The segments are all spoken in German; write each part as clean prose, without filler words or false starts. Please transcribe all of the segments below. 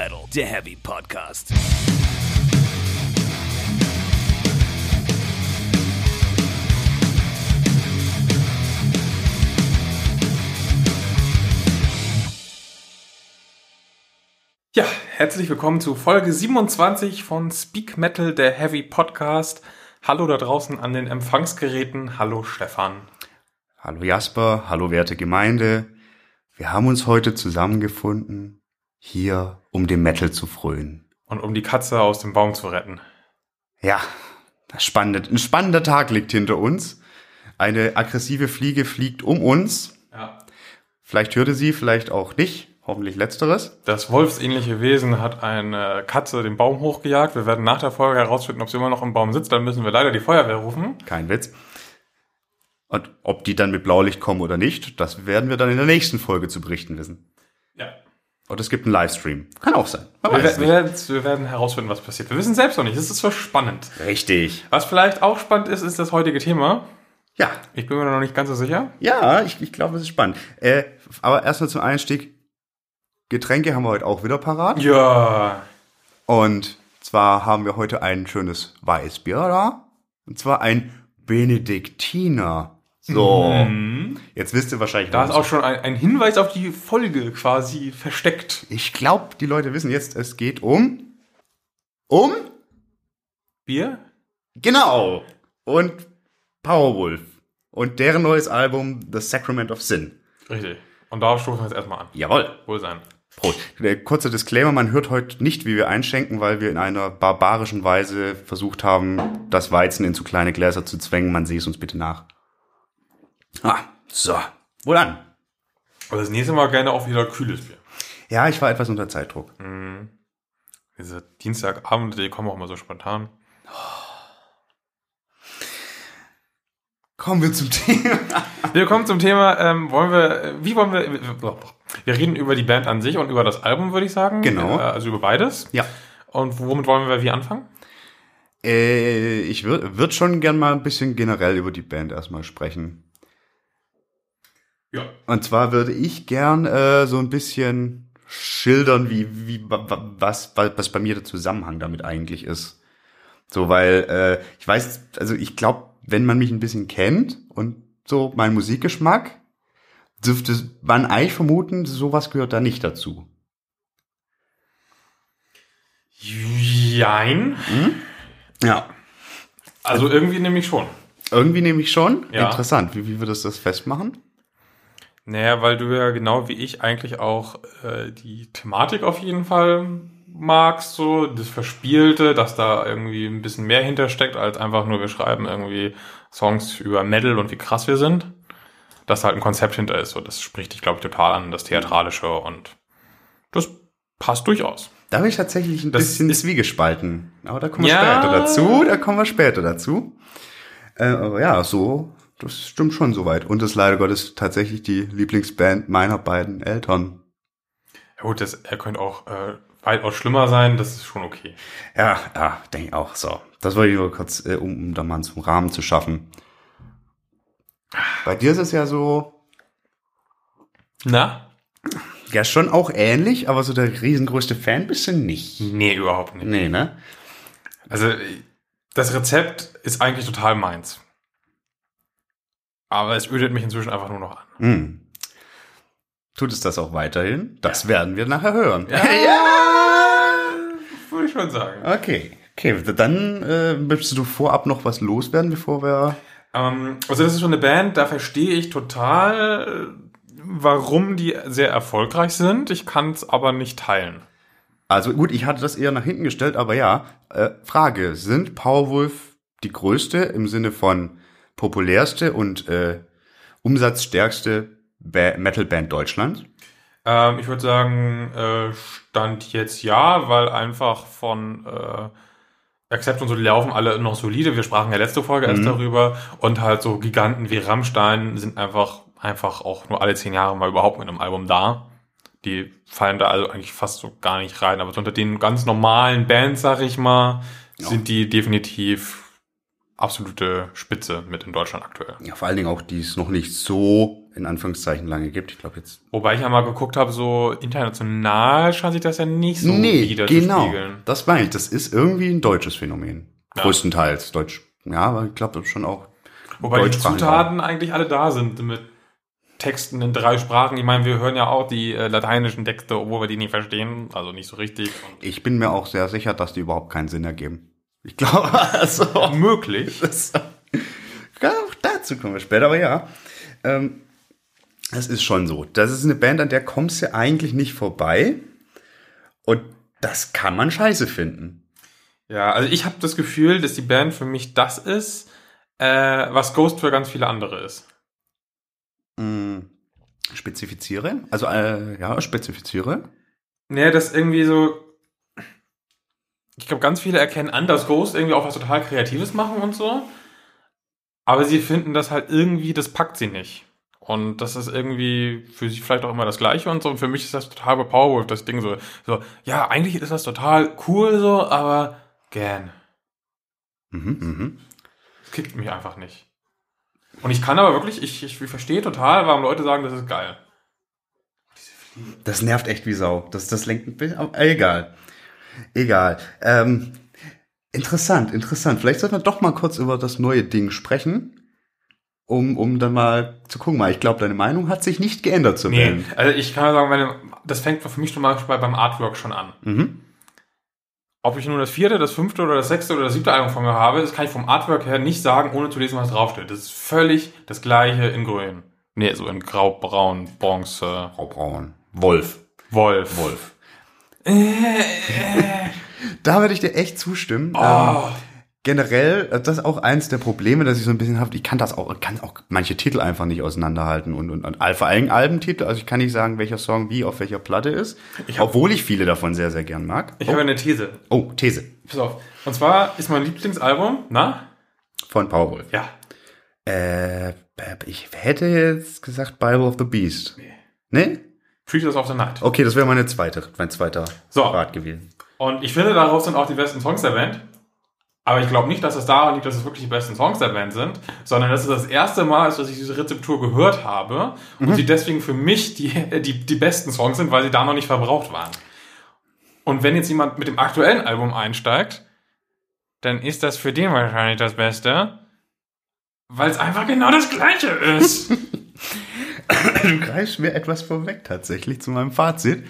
Metal, der Heavy Podcast. Ja, herzlich willkommen zu Folge 27 von Speak Metal, der Heavy Podcast. Hallo da draußen an den Empfangsgeräten. Hallo Stefan. Hallo Jasper, hallo werte Gemeinde. Wir haben uns heute zusammengefunden, hier um dem Metal zu frönen. Und um die Katze aus dem Baum zu retten. Ja, ein spannender Tag liegt hinter uns. Eine aggressive Fliege fliegt um uns. Ja. Vielleicht hörte sie, vielleicht auch nicht. Hoffentlich letzteres. Das wolfsähnliche Wesen hat eine Katze den Baum hochgejagt. Wir werden nach der Folge herausfinden, ob sie immer noch im Baum sitzt. Dann müssen wir leider die Feuerwehr rufen. Kein Witz. Und ob die dann mit Blaulicht kommen oder nicht, das werden wir dann in der nächsten Folge zu berichten wissen. Ja. Oder es gibt einen Livestream. Kann auch sein. Wir werden herausfinden, was passiert. Wir wissen selbst noch nicht. Das ist so spannend. Richtig. Was vielleicht auch spannend ist, ist das heutige Thema. Ja. Ich bin mir noch nicht ganz so sicher. Ja, ich glaube, es ist spannend. Aber erstmal zum Einstieg. Getränke haben wir heute auch wieder parat. Ja. Und zwar haben wir heute ein schönes Weißbier da. Und zwar ein Benediktiner. So. Jetzt wisst ihr wahrscheinlich, Da ist auch schon ein Hinweis auf die Folge quasi versteckt. Ich glaube, die Leute wissen jetzt, es geht um Bier? Genau. Und Powerwolf. Und deren neues Album The Sacrament of Sin. Richtig. Und darauf stoßen wir jetzt erstmal an. Jawohl. Wohlsein. Prost. Kurzer Disclaimer, man hört heute nicht, wie wir einschenken, weil wir in einer barbarischen Weise versucht haben, das Weizen in zu kleine Gläser zu zwängen. Man sehe es uns bitte nach. So. Wohl an. Aber das nächste Mal gerne auch wieder kühles Bier. Ja, ich war etwas unter Zeitdruck. Diese Dienstagabende, die kommen auch immer so spontan. Kommen wir zum Thema. Wir kommen zum Thema, wir reden über die Band an sich und über das Album, würde ich sagen. Genau. Also über beides. Ja. Und womit wollen wir wie anfangen? Ich würd schon gern mal ein bisschen generell über die Band erstmal sprechen. Ja. Und zwar würde ich gern so ein bisschen schildern, was bei mir der Zusammenhang damit eigentlich ist. So, weil ich weiß, also ich glaube, wenn man mich ein bisschen kennt und so mein Musikgeschmack, dürfte man eigentlich vermuten, sowas gehört da nicht dazu. Jein. Ja. Also irgendwie nämlich schon. Irgendwie nehme ich schon. Ja. Interessant. Wie würdest du das festmachen? Naja, weil du ja genau wie ich eigentlich auch die Thematik auf jeden Fall magst, so das Verspielte, dass da irgendwie ein bisschen mehr hintersteckt, als einfach nur wir schreiben irgendwie Songs über Metal und wie krass wir sind. Dass da halt ein Konzept hinter ist, so das spricht dich, glaube ich, total an, das Theatralische, und das passt durchaus. Da bin ich tatsächlich ein bisschen zwiegespalten. Aber da kommen wir später dazu. Aber ja, so, das stimmt schon soweit. Und das leider Gottes tatsächlich die Lieblingsband meiner beiden Eltern. Ja gut, er könnte auch weitaus schlimmer sein, das ist schon okay. Ja, denke ich auch. So, das wollte ich nur kurz, um da mal zum Rahmen zu schaffen. Bei dir ist es ja so... Na? Ja, schon auch ähnlich, aber so der riesengrößte Fan bist du nicht. Nee, überhaupt nicht. Nee, ne? Also, das Rezept ist eigentlich total meins. Aber es ödet mich inzwischen einfach nur noch an. Tut es das auch weiterhin? Das werden wir nachher hören. Ja, würde ich schon sagen. Okay, dann möchtest du vorab noch was loswerden, bevor wir... Also das ist schon eine Band, da verstehe ich total, warum die sehr erfolgreich sind. Ich kann es aber nicht teilen. Also gut, ich hatte das eher nach hinten gestellt, aber ja. Frage, sind Powerwolf die größte im Sinne von populärste und umsatzstärkste Metalband Deutschlands? Ich würde sagen, Stand jetzt ja, weil einfach von Accept und so, die laufen alle noch solide. Wir sprachen ja letzte Folge erst darüber. Und halt so Giganten wie Rammstein sind einfach auch nur alle 10 Jahre mal überhaupt mit einem Album da. Die fallen da also eigentlich fast so gar nicht rein. Aber so unter den ganz normalen Bands, sag ich mal, sind die definitiv absolute Spitze mit in Deutschland aktuell. Ja, vor allen Dingen auch, die es noch nicht so in Anführungszeichen lange gibt. Ich glaube jetzt. Wobei ich ja mal geguckt habe, so international scheint sich das ja nicht so genau. widerzuspiegeln. Das meine ich. Das ist irgendwie ein deutsches Phänomen. Ja. Größtenteils deutsch. Ja, aber ich glaube, das schon auch. Wobei die deutschsprachig Zutaten eigentlich alle da sind mit Texten in 3 Sprachen. Ich meine, wir hören ja auch die lateinischen Texte, obwohl wir die nicht verstehen, also nicht so richtig. Ich bin mir auch sehr sicher, dass die überhaupt keinen Sinn ergeben. Ich glaube, also möglich. Auch dazu kommen wir später, aber ja. Es ist schon so. Das ist eine Band, an der kommst du eigentlich nicht vorbei. Und das kann man scheiße finden. Ja, also ich habe das Gefühl, dass die Band für mich das ist, was Ghost für ganz viele andere ist. Spezifiziere? Also, spezifiziere. Nee, das irgendwie so. Ich glaube, ganz viele erkennen an, dass Ghost irgendwie auch was total Kreatives machen und so. Aber sie finden das halt irgendwie, das packt sie nicht. Und das ist irgendwie für sie vielleicht auch immer das Gleiche und so. Und für mich ist das total bei Powerwolf, das Ding so, ja, eigentlich ist das total cool so, aber gern. Das kickt mich einfach nicht. Und ich kann aber wirklich, ich verstehe total, warum Leute sagen, das ist geil. Das nervt echt wie Sau. Das lenkt ein bisschen, aber egal. Interessant. Vielleicht sollten wir doch mal kurz über das neue Ding sprechen, um dann mal zu gucken. Weil ich glaube, deine Meinung hat sich nicht geändert zur Band. Also ich kann sagen, das fängt für mich zum Beispiel beim Artwork schon an. Ob ich nun das 4., das 5. oder das 6. oder das 7. Album von mir habe, das kann ich vom Artwork her nicht sagen, ohne zu lesen, was draufsteht. Das ist völlig das Gleiche in Grün. Nee, so in Graubraun, Bronze. Graubraun. Wolf. Da würde ich dir echt zustimmen. Generell, das ist auch eins der Probleme, dass ich so ein bisschen habe, ich kann auch manche Titel einfach nicht auseinanderhalten und vor allem Albentitel, also ich kann nicht sagen, welcher Song wie auf welcher Platte ist, obwohl ich viele davon sehr, sehr gern mag. Ich habe eine These. Oh, These. Pass auf. Und zwar ist mein Lieblingsalbum, von Powerwolf. Ja. Ich hätte jetzt gesagt Bible of the Beast. Nee? Creatures of the Night. Okay, das wäre mein zweiter Rat gewesen. Und ich finde, darauf sind auch die besten Songs der Band. Aber ich glaube nicht, dass es daran liegt, dass es wirklich die besten Songs der Band sind, sondern dass es das erste Mal ist, dass ich diese Rezeptur gehört habe und sie deswegen für mich die besten Songs sind, weil sie da noch nicht verbraucht waren. Und wenn jetzt jemand mit dem aktuellen Album einsteigt, dann ist das für den wahrscheinlich das Beste, weil es einfach genau das Gleiche ist. Du greifst mir etwas vorweg tatsächlich zu meinem Fazit.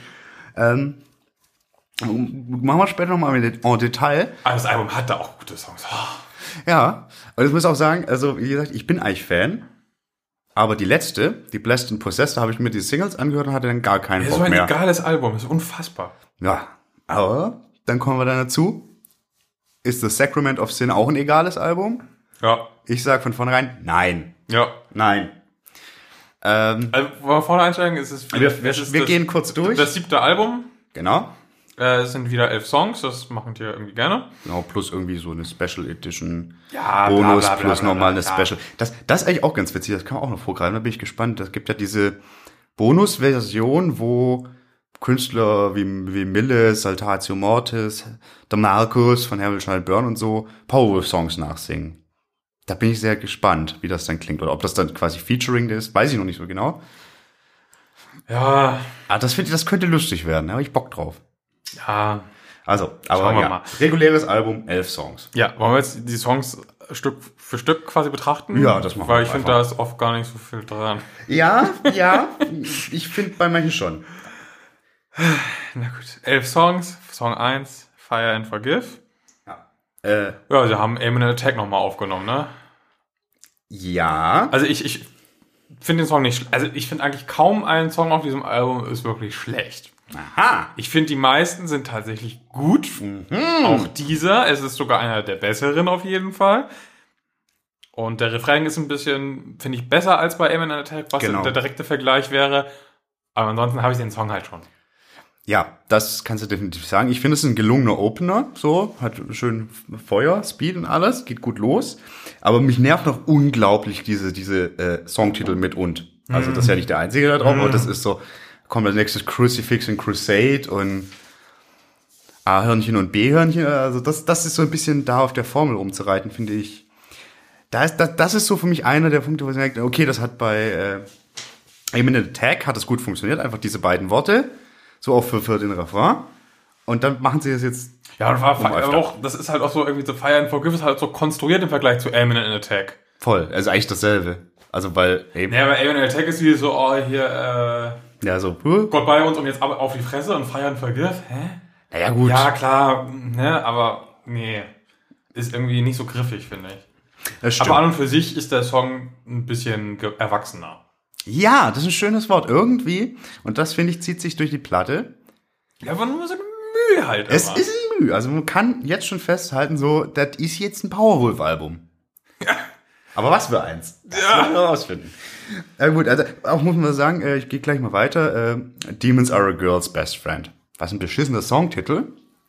Machen wir später nochmal en Detail. Aber das Album hat da auch gute Songs. Ja, und ich muss auch sagen, also wie gesagt, ich bin eigentlich Fan, aber die letzte, die Blessed and Possessed, da habe ich mir die Singles angehört und hatte dann gar keinen Bock mehr. Das ist so ein egales Album, das ist unfassbar. Ja, aber dann kommen wir dann dazu. Ist The Sacrament of Sin auch ein egales Album? Ja. Ich sag von vornherein, nein. Ja. Nein. Also, wollen wir vorne einsteigen? Wir gehen kurz durch. Das 7. Album. Genau. Es sind wieder 11 Songs, das machen die ja irgendwie gerne. Genau, plus irgendwie so eine Special Edition. Ja, Bonus, bla, bla, bla, plus nochmal eine bla. Special. Das ist eigentlich auch ganz witzig, das kann man auch noch vorgreifen, da bin ich gespannt. Es gibt ja diese Bonus-Version, wo Künstler wie Mille, Saltatio Mortis, der Markus von Hamill Schneider Burn und so Powerwolf-Songs nachsingen. Da bin ich sehr gespannt, wie das dann klingt. Oder ob das dann quasi Featuring ist, weiß ich noch nicht so genau. Ja. Aber das könnte lustig werden, da habe ich Bock drauf. Ja. Also, aber Schauen wir ja, mal. reguläres Album, 11 Songs. Ja, wollen wir jetzt die Songs Stück für Stück quasi betrachten? Ja, das machen wir Weil ich finde, einfach. da ist oft gar nicht so viel dran. Ja, ich finde bei manchen schon. Na gut. 11 Songs. Song 1, Fire and Forgive. Ja. Ja, sie haben Aim and Attack nochmal aufgenommen, ne? Ja. Also ich finde den Song nicht also ich finde eigentlich kaum einen Song auf diesem Album ist wirklich schlecht. Aha. Ich finde, die meisten sind tatsächlich gut. Auch dieser. Es ist sogar einer der besseren auf jeden Fall. Und der Refrain ist ein bisschen, finde ich, besser als bei Aim and Attack, was Genau. der direkte Vergleich wäre. Aber ansonsten habe ich den Song halt schon. Ja, das kannst du definitiv sagen. Ich finde, es ist ein gelungener Opener, so, hat schön Feuer, Speed und alles, geht gut los. Aber mich nervt noch unglaublich diese Songtitel mit und. Also das ist ja nicht der einzige da drauf, aber das ist so, kommt als nächstes Crucifix und Crusade und A-Hörnchen und B-Hörnchen. Also das ist so ein bisschen da auf der Formel rumzureiten, finde ich. Das ist so für mich einer der Punkte, wo ich denke, okay, das hat bei Aim in Attack hat es gut funktioniert, einfach diese beiden Worte, so auch für den Refrain. Und dann machen sie das jetzt. Ja, und das ist halt auch so irgendwie so Fire and Forgive ist halt so konstruiert im Vergleich zu Aim in Attack. Voll, also eigentlich dasselbe. Also weil Aim in Attack ist wie so, ja, so, Gott bei uns und jetzt auf die Fresse und Fire and Forgive, hä? Naja, gut. Ja, klar, ne, aber nee, ist irgendwie nicht so griffig, finde ich. Das stimmt. Aber an und für sich ist der Song ein bisschen erwachsener. Ja, das ist ein schönes Wort, irgendwie. Und das, finde ich, zieht sich durch die Platte. Ja, aber nur so eine Mühe halt. Es ist eine Mühe. Also man kann jetzt schon festhalten, so, das ist jetzt ein Powerwolf-Album. Ja. Aber was für eins? Das werden wir rausfinden. Gut, also auch muss man sagen, ich gehe gleich mal weiter. Demons are a girl's best friend. Was ein beschissener Songtitel.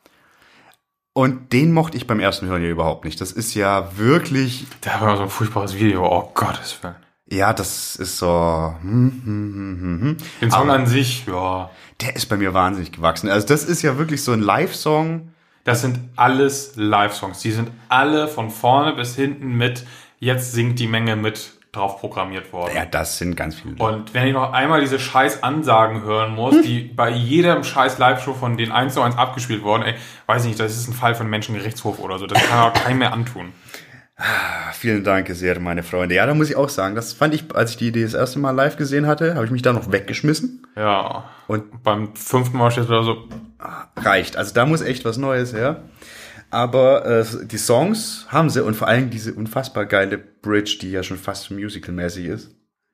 Und den mochte ich beim ersten Hören ja überhaupt nicht. Das ist ja wirklich... Da war so ein furchtbares Video, oh Gottes Willen. Ja, das ist so... Den Song an sich, ja. Der ist bei mir wahnsinnig gewachsen. Also das ist ja wirklich so ein Live-Song. Das sind alles Live-Songs. Die sind alle von vorne bis hinten mit jetzt singt die Menge mit drauf programmiert worden. Ja, das sind ganz viele. Und wenn ich noch einmal diese scheiß Ansagen hören muss, die bei jedem scheiß Live-Show von den 1:1 abgespielt wurden, weiß ich nicht, das ist ein Fall von Menschengerichtshof oder so. Das kann auch keinem mehr antun. Vielen Dank sehr, meine Freunde. Ja, da muss ich auch sagen, das fand ich, als ich die Idee das erste Mal live gesehen hatte, habe ich mich da noch weggeschmissen. Ja. Und beim 5. Mal steht es wieder so. Reicht. Also da muss echt was Neues her. Aber die Songs haben sie und vor allem diese unfassbar geile Bridge, die ja schon fast musical-mäßig ist.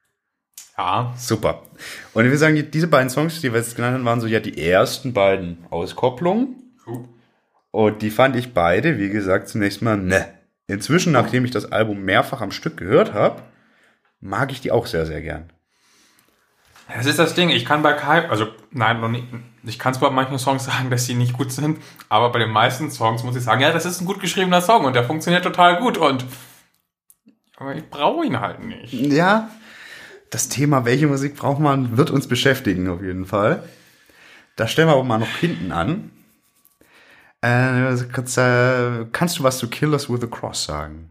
Ja. Super. Und ich will sagen, diese beiden Songs, die wir jetzt genannt haben, waren so ja die ersten beiden Auskopplungen. Und die fand ich beide, wie gesagt, zunächst mal ne. Inzwischen, nachdem ich das Album mehrfach am Stück gehört habe, mag ich die auch sehr, sehr gern. Das ist das Ding, ich kann bei keinem, also nein, noch nicht, ich kann zwar bei manchen Songs sagen, dass sie nicht gut sind, aber bei den meisten Songs muss ich sagen, ja, das ist ein gut geschriebener Song und der funktioniert total gut aber ich brauche ihn halt nicht. Ja, das Thema, welche Musik braucht man, wird uns beschäftigen auf jeden Fall. Da stellen wir aber mal noch hinten an. Kannst du was zu Kill Us With a Cross sagen?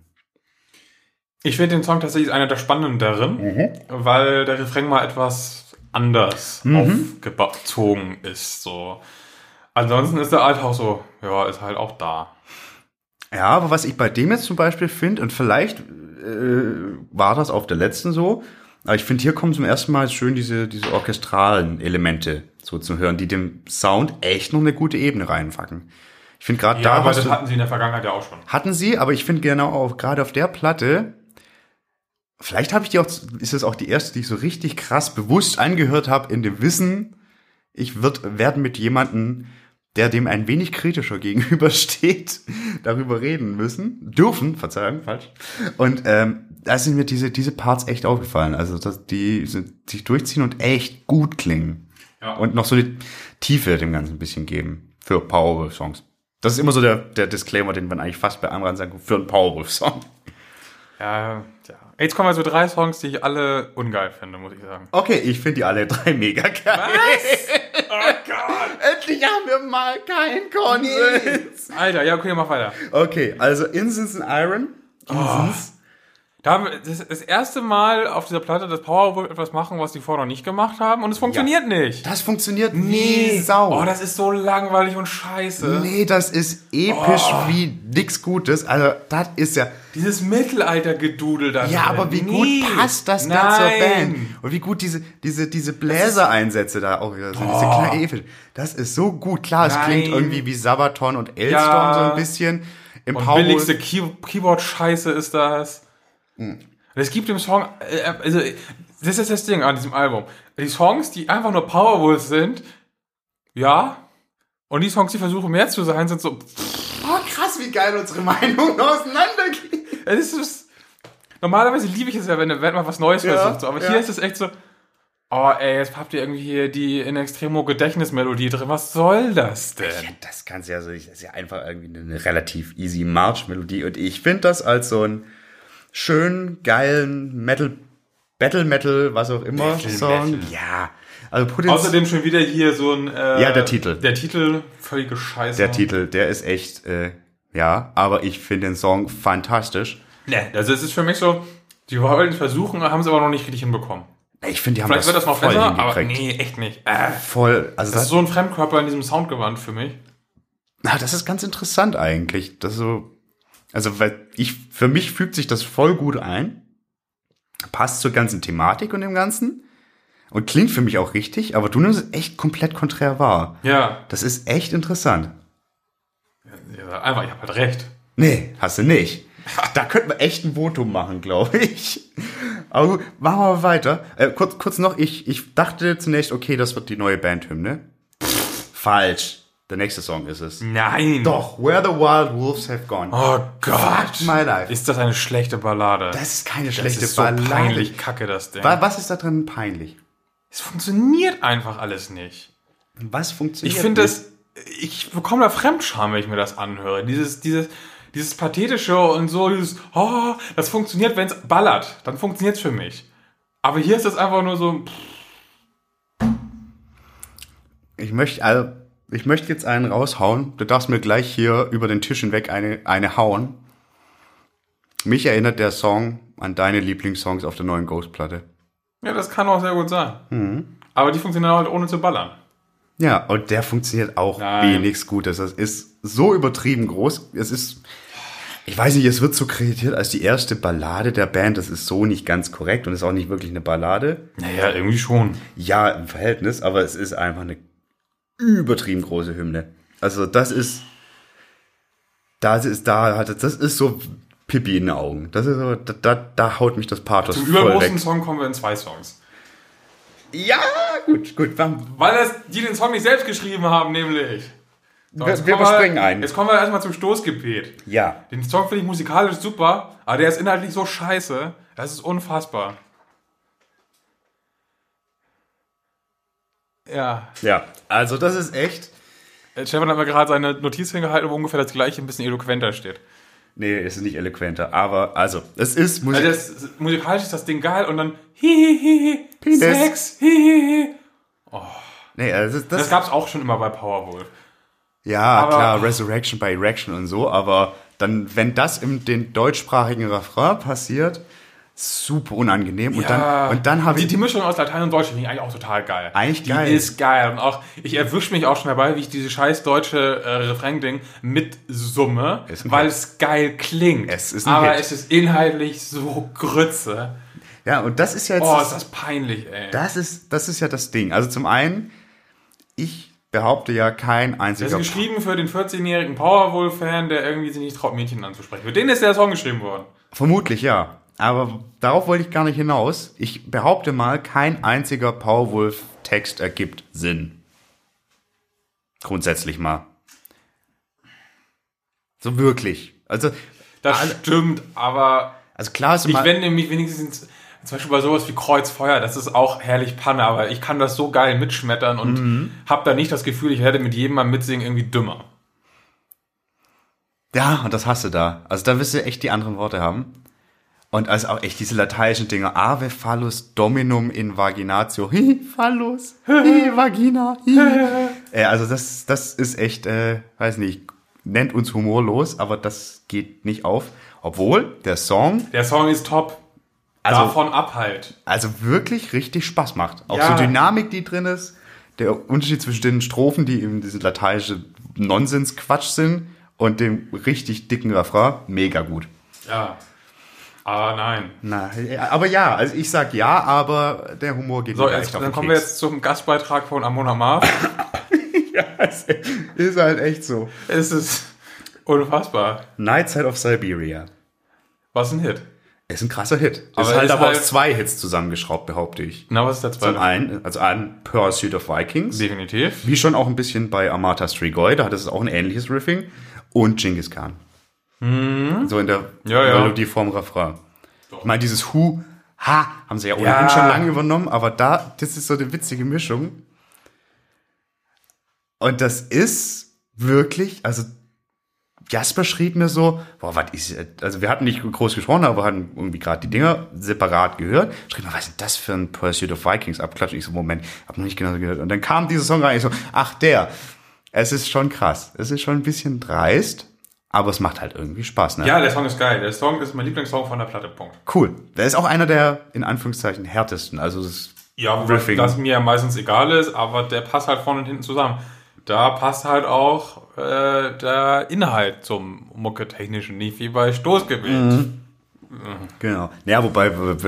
Ich finde den Song tatsächlich einer der spannenderen, weil der Refrain mal etwas anders aufgezogen ist. So. Ansonsten ist der Althaus so, ja, ist halt auch da. Ja, aber was ich bei dem jetzt zum Beispiel finde, und vielleicht war das auf der letzten so, aber ich finde, hier kommen zum ersten Mal schön diese orchestralen Elemente so zu hören, die dem Sound echt noch eine gute Ebene reinfacken. Ich finde gerade da... aber das hatten sie in der Vergangenheit ja auch schon. Hatten sie, aber ich finde genau auch, gerade auf der Platte, vielleicht habe ich die auch, ist es auch die erste, die ich so richtig krass bewusst angehört habe, in dem Wissen, ich werde mit jemandem, der dem ein wenig kritischer gegenübersteht, darüber reden dürfen, Verzeihung, falsch. Und da sind mir diese Parts echt aufgefallen, also dass die sich durchziehen und echt gut klingen. Ja. Und noch so die Tiefe dem Ganzen ein bisschen geben für Powerwolf-Songs. Das ist immer so der Disclaimer, den man eigentlich fast bei anderen sagen, für einen Powerwolf-Song. Ja. Jetzt kommen also 3 Songs, die ich alle ungeil finde, muss ich sagen. Okay, ich finde die alle 3 mega geil. Was? Oh Gott. Endlich haben wir mal keinen Konsens. Nee. Alter, ja, okay, mach weiter. Okay, also Incense and Iron. Da haben wir das erste Mal auf dieser Platte das Powerwolf etwas machen, was die vorher noch nicht gemacht haben. Und es funktioniert nicht. Das funktioniert wie Sau. Oh, das ist so langweilig und scheiße. Nee, das ist episch wie nix Gutes. Also, das ist ja... Dieses Mittelalter-Gedudel da. Ja, aber wie gut passt das denn zur Band? Und wie gut diese Bläsereinsätze da auch wieder sind. Diese kleinen episch. Das ist so gut. Klar, es klingt irgendwie wie Sabaton und Elstorm so ein bisschen. Im und billigste Keyboard-Scheiße ist das. Es gibt im Song, also das ist das Ding an diesem Album. Die Songs, die einfach nur Powerwolf sind, ja. Und die Songs, die versuchen mehr zu sein, sind so. Krass, wie geil unsere Meinungen auseinandergehen. Normalerweise liebe ich es ja, wenn man was Neues versucht. So. Aber hier ist es echt so. Oh ey, jetzt habt ihr irgendwie hier die in Extremo Gedächtnismelodie drin. Was soll das denn? Ja, das kannst ja so, das ist ja einfach irgendwie eine relativ easy March-Melodie. Und ich finde das als so ein schön geilen Battle Metal, was auch immer, Song. Ja. Also außerdem schon wieder hier so ein... der Titel. Der Titel, völlige Scheiße. Der Titel, der ist echt, aber ich finde den Song fantastisch. Ne, also es ist für mich so, die wollen es versuchen, haben es aber noch nicht richtig hinbekommen. Ich finde, die haben Vielleicht wird das noch voll besser, aber hingekriegt. nee, echt nicht. Voll. Also Das ist so ein Fremdkörper in diesem Soundgewand für mich. das ist ganz interessant eigentlich. Das so, also für mich fügt sich das voll gut ein. Passt zur ganzen Thematik und dem Ganzen. Und klingt für mich auch richtig, aber du nimmst es echt komplett konträr wahr. Ja. Das ist echt interessant. Ja, einfach, ich habe halt recht. Nee, hast du nicht. Da könnte man echt ein Votum machen, glaube ich. Aber gut, machen wir mal weiter. Kurz noch, ich dachte zunächst, okay, das wird die neue Bandhymne. Falsch. Der nächste Song ist es. Nein. Doch, Where the Wild Wolves Have Gone. Oh Gott. My life. Ist das eine schlechte Ballade? Das ist keine Das schlechte ist so Ballade. peinlich kacke, das Ding. Was ist da drin peinlich? Es funktioniert einfach alles nicht. Was funktioniert Ich finde nicht? ich bekomme da Fremdscham, wenn ich mir das anhöre. Dieses Pathetische und so, das funktioniert, wenn es ballert. Dann funktioniert es für mich. Aber hier ist das einfach nur so. Ich möchte jetzt einen raushauen. Du darfst mir gleich hier über den Tisch hinweg eine hauen. Mich erinnert der Song an deine Lieblingssongs auf der neuen Ghost-Platte. Ja, das kann auch sehr gut sein. Aber die funktionieren halt ohne zu ballern. Ja, und der funktioniert auch Nein. wenigstens gut. Das ist so übertrieben groß. Ich weiß nicht, es wird so kreditiert als die erste Ballade der Band. Das ist so nicht ganz korrekt und ist auch nicht wirklich eine Ballade. Naja, irgendwie schon. Ja, im Verhältnis, aber es ist einfach eine übertrieben große Hymne. Also das ist so Pipi in den Augen. Das ist so, da haut mich das Pathos Zum voll übergroßen weg. Song kommen wir in 2 Songs. Ja, gut. Weil die den Song nicht selbst geschrieben haben, nämlich. So, Wir jetzt kommen überspringen einen. Jetzt kommen wir erstmal zum Stoßgebet. Ja. Den Song finde ich musikalisch super, aber der ist inhaltlich so scheiße. Das ist unfassbar. Ja. Ja, also das ist echt. Stefan hat mir gerade seine Notiz hingehalten, wo ungefähr das gleiche ein bisschen eloquenter steht. Nee, es ist nicht eloquenter, aber also, es ist Musikalisch ist das Ding geil und dann hihihi, Penis. Sex, hihihi. Nee, also Das gab's auch schon immer bei Powerwolf. ja, aber- klar, Resurrection by Erection und so, aber dann, wenn das in den deutschsprachigen Refrain passiert, super unangenehm. Und dann habe ich Die Mischung aus Latein und Deutsch finde ich eigentlich auch total geil. Eigentlich die geil. ist geil. Und auch, ich erwische mich auch schon dabei, wie ich diese scheiß deutsche Refrain-Ding mitsumme, Ist ein weil Hit. es geil klingt. Es ist ein aber Hit. es ist inhaltlich so Grütze. ja, und das ist ja jetzt, Oh, ist das peinlich, ey. das ist ja das Ding. Also zum einen, ich behaupte ja kein Das einziger. ist geschrieben für den 14-jährigen Powerwolf-Fan, der irgendwie sich nicht traut, Mädchen anzusprechen. Für den ist der Song geschrieben worden. Vermutlich ja. Aber darauf wollte ich gar nicht hinaus. Ich behaupte mal, kein einziger Powerwolf-Text ergibt Sinn. Grundsätzlich mal. So wirklich. Also Das stimmt, aber klar ist ich immer, wende mich wenigstens zum Beispiel bei sowas wie Kreuzfeuer, das ist auch herrlich Panne, aber ich kann das so geil mitschmettern und habe da nicht das Gefühl, ich werde mit jedem Mal mitsingen irgendwie dümmer. ja, und das hast du da. Also da wirst du echt die anderen Worte haben. Und also auch echt diese lateinischen Dinger. Ave phallus dominum in vaginatio. Hi, phallus. Hi, vagina. Hi. Also das ist echt, weiß nicht, nennt uns humorlos, aber das geht nicht auf. Obwohl der Song Der Song ist top. Also- Davon ab halt. also wirklich richtig Spaß macht. Auch Ja. so Dynamik, die drin ist. Der Unterschied zwischen den Strophen, die eben diese lateinische Nonsens-Quatsch sind, und dem richtig dicken Refrain, mega gut. Ja. Aber nein. Aber ja, also ich sag ja, aber der Humor geht So, mir jetzt, echt auf dann den kommen wir Keks. jetzt zum Gastbeitrag von Amona Mars. Ja, es ist halt echt so. Es ist unfassbar. Nightside of Siberia. Was ein Hit. Ist ein krasser Hit. Aber Ist halt ist aber halt- aus 2 Hits zusammengeschraubt, behaupte ich. Na, was ist der Zum zweite? einen, also an Pursuit of Vikings. Definitiv. Wie schon auch ein bisschen bei Amata Strigoi, da hat es auch ein ähnliches Riffing. Und Genghis Khan. So in der Ja. Melodie vorm Refrain. Ich meine, dieses Hu, Ha, haben sie ja ohnehin Ja. schon lange übernommen, aber das ist so eine witzige Mischung. Und das ist wirklich, also Jasper schrieb mir so, boah, was ist, also wir hatten nicht groß gesprochen, aber wir hatten irgendwie gerade die Dinger separat gehört. Schrieb mir, was ist das für ein Pursuit of Vikings Abklatsch? Ich so, Moment, hab noch nicht genau gehört. Und dann kam dieser Song rein, ich so, ach der. Es ist schon krass. Es ist schon ein bisschen dreist, aber es macht halt irgendwie Spaß, ne? Ja, der Song ist geil. Der Song ist mein Lieblingssong von der Platte, Punkt. Cool. Der ist auch einer der, in Anführungszeichen, härtesten. Also es ist Ja, das mir ja meistens egal ist, aber der passt halt vorne und hinten zusammen. Da passt halt auch der Inhalt zum Mucke-Technischen, nicht wie bei Stoßgebet. Genau. Ja, wobei,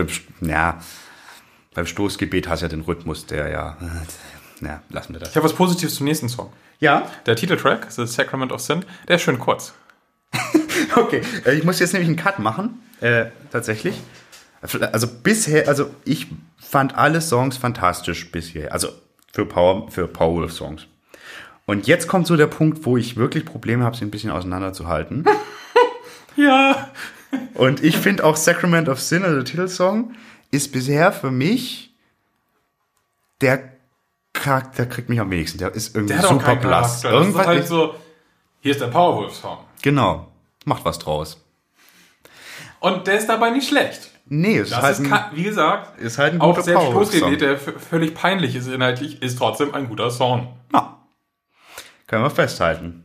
beim Stoßgebet hast du ja den Rhythmus, der ja, lassen wir das. Ich habe was Positives zum nächsten Song. Ja? Der Titeltrack, The Sacrament of Sin, der ist schön kurz. Okay, ich muss jetzt nämlich einen Cut machen, tatsächlich. Also bisher, ich fand alle Songs fantastisch bisher, also für Powerwolf-Songs. Und jetzt kommt so der Punkt, wo ich wirklich Probleme habe, sie ein bisschen auseinanderzuhalten. Ja. Und ich finde auch Sacrament of Sin, also der Titelsong, ist bisher für mich der Charakter, kriegt mich am wenigsten. Der ist irgendwie Der hat super auch keinen blass. Charakter. Das ist halt so, hier ist der Powerwolf-Song. Genau, macht was draus. Und der ist dabei nicht schlecht. Nee, es ist Das halt ist, wie gesagt, ist halt ein auch guter selbst Powerwolf-Song. Stoßgebet, der völlig peinlich ist inhaltlich, ist trotzdem ein guter Song. Ja, können wir festhalten.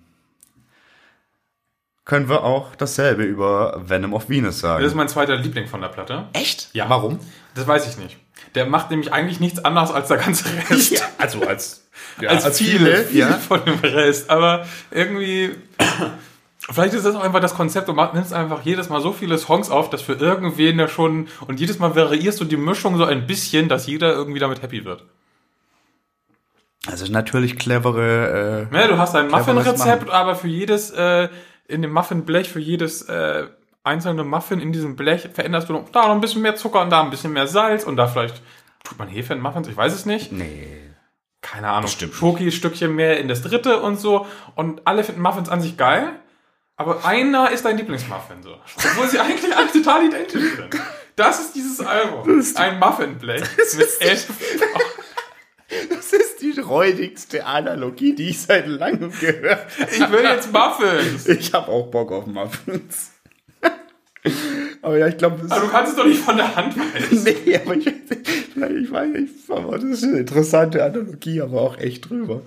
Können wir auch dasselbe über Venom of Venus sagen. Das ist mein zweiter Liebling von der Platte. Echt? Ja. Warum? Das weiß ich nicht. Der macht nämlich eigentlich nichts anderes als der ganze Rest. Ja, also als viele ja. von dem Rest. Aber irgendwie, vielleicht ist das auch einfach das Konzept. Du nimmst einfach jedes Mal so viele Songs auf, dass für irgendwen der schon, und jedes Mal variierst du die Mischung so ein bisschen, dass jeder irgendwie damit happy wird. Also natürlich clevere... Ja, du hast ein cleveres Muffin-Rezept, Machen. aber für jedes, in dem Muffinblech, für jedes einzelne Muffin in diesem Blech veränderst du da noch ein bisschen mehr Zucker und da ein bisschen mehr Salz und da vielleicht tut man Hefe in Muffins, ich weiß es nicht. Nee. Keine Ahnung. Stimmt. Schoki-Stückchen mehr in das dritte und so. Und alle finden Muffins an sich geil, aber einer ist dein Lieblingsmuffin so. Obwohl sie eigentlich alle total identisch sind. Das ist dieses Album. Ein Muffinblech mit 11. Das ist die räudigste Analogie, die ich seit langem gehört habe. Ich will jetzt Muffins. Ich habe auch Bock auf Muffins. Aber ja, ich glaube... Aber du kannst es doch nicht von der Hand weisen. Nee, aber ich weiß, aber das ist eine interessante Analogie, aber auch echt drüber.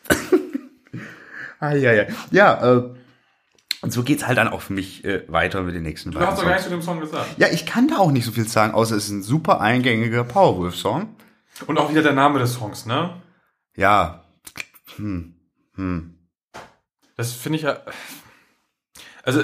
Ja, und so geht's halt dann auch für mich weiter mit den nächsten Du hast doch beiden gar nichts Songs. zu dem Song gesagt. Ja, ich kann da auch nicht so viel sagen, außer es ist ein super eingängiger Powerwolf-Song. Und auch wieder der Name des Songs, ne? Ja. Das finde ich ja. Also,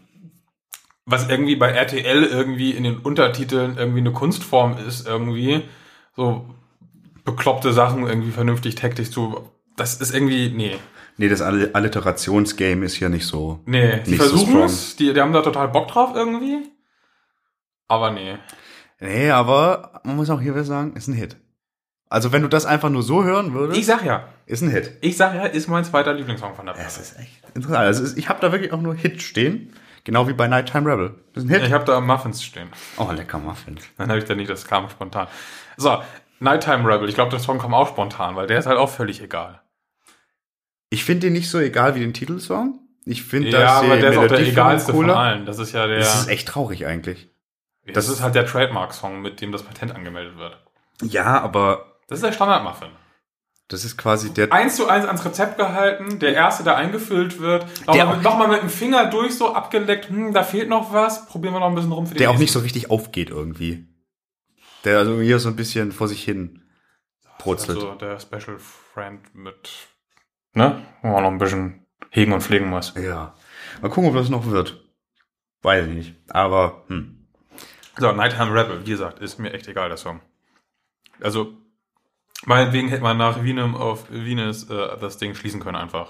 was irgendwie bei RTL irgendwie in den Untertiteln irgendwie eine Kunstform ist, irgendwie, so bekloppte Sachen irgendwie vernünftig textlich zu. Das ist irgendwie. Nee. Nee, das Alliterationsgame ist hier nicht so. Nee, die nicht so versuchen strong. es, die haben da total Bock drauf irgendwie. Aber nee. Nee, aber man muss auch hier wieder sagen, ist ein Hit. Also wenn du das einfach nur so hören würdest, Ich sag ja. ist ein Hit. Ist mein zweiter Lieblingssong von der Platte. Das ist echt interessant. Also ich habe da wirklich auch nur Hit stehen. Genau wie bei Nighttime Rebel. Das ist ein Hit. Ich habe da Muffins stehen. Oh, lecker Muffins. Dann habe ich da nicht, das kam spontan. So, Nighttime Rebel. Ich glaube, der Song kam auch spontan, weil der ist halt auch völlig egal. Ich finde den nicht so egal wie den Titelsong. Ich finde, Ja, dass aber die der ist auch der Melodie egalste von cooler. allen. Das ist ja der. Das ist echt traurig eigentlich. Das ist halt der Trademark-Song, mit dem das Patent angemeldet wird. Ja, aber Das ist der Standard-Muffin. das ist quasi der... 1:1 ans Rezept gehalten, der erste, der eingefüllt wird. Nochmal mit dem Finger durch so abgeleckt, da fehlt noch was, probieren wir noch ein bisschen rum für den Der auch nicht nächsten. so richtig aufgeht irgendwie. Der also hier so ein bisschen vor sich hin brutzelt. Also der Special Friend mit, ne? Wo man noch ein bisschen hegen und pflegen muss. Ja. Mal gucken, ob das noch wird. Weiß ich nicht. Aber, So, Nighttime Rebel, wie gesagt, ist mir echt egal, der Song. Also, meinetwegen hätte man nach Venom of Venus das Ding schließen können einfach.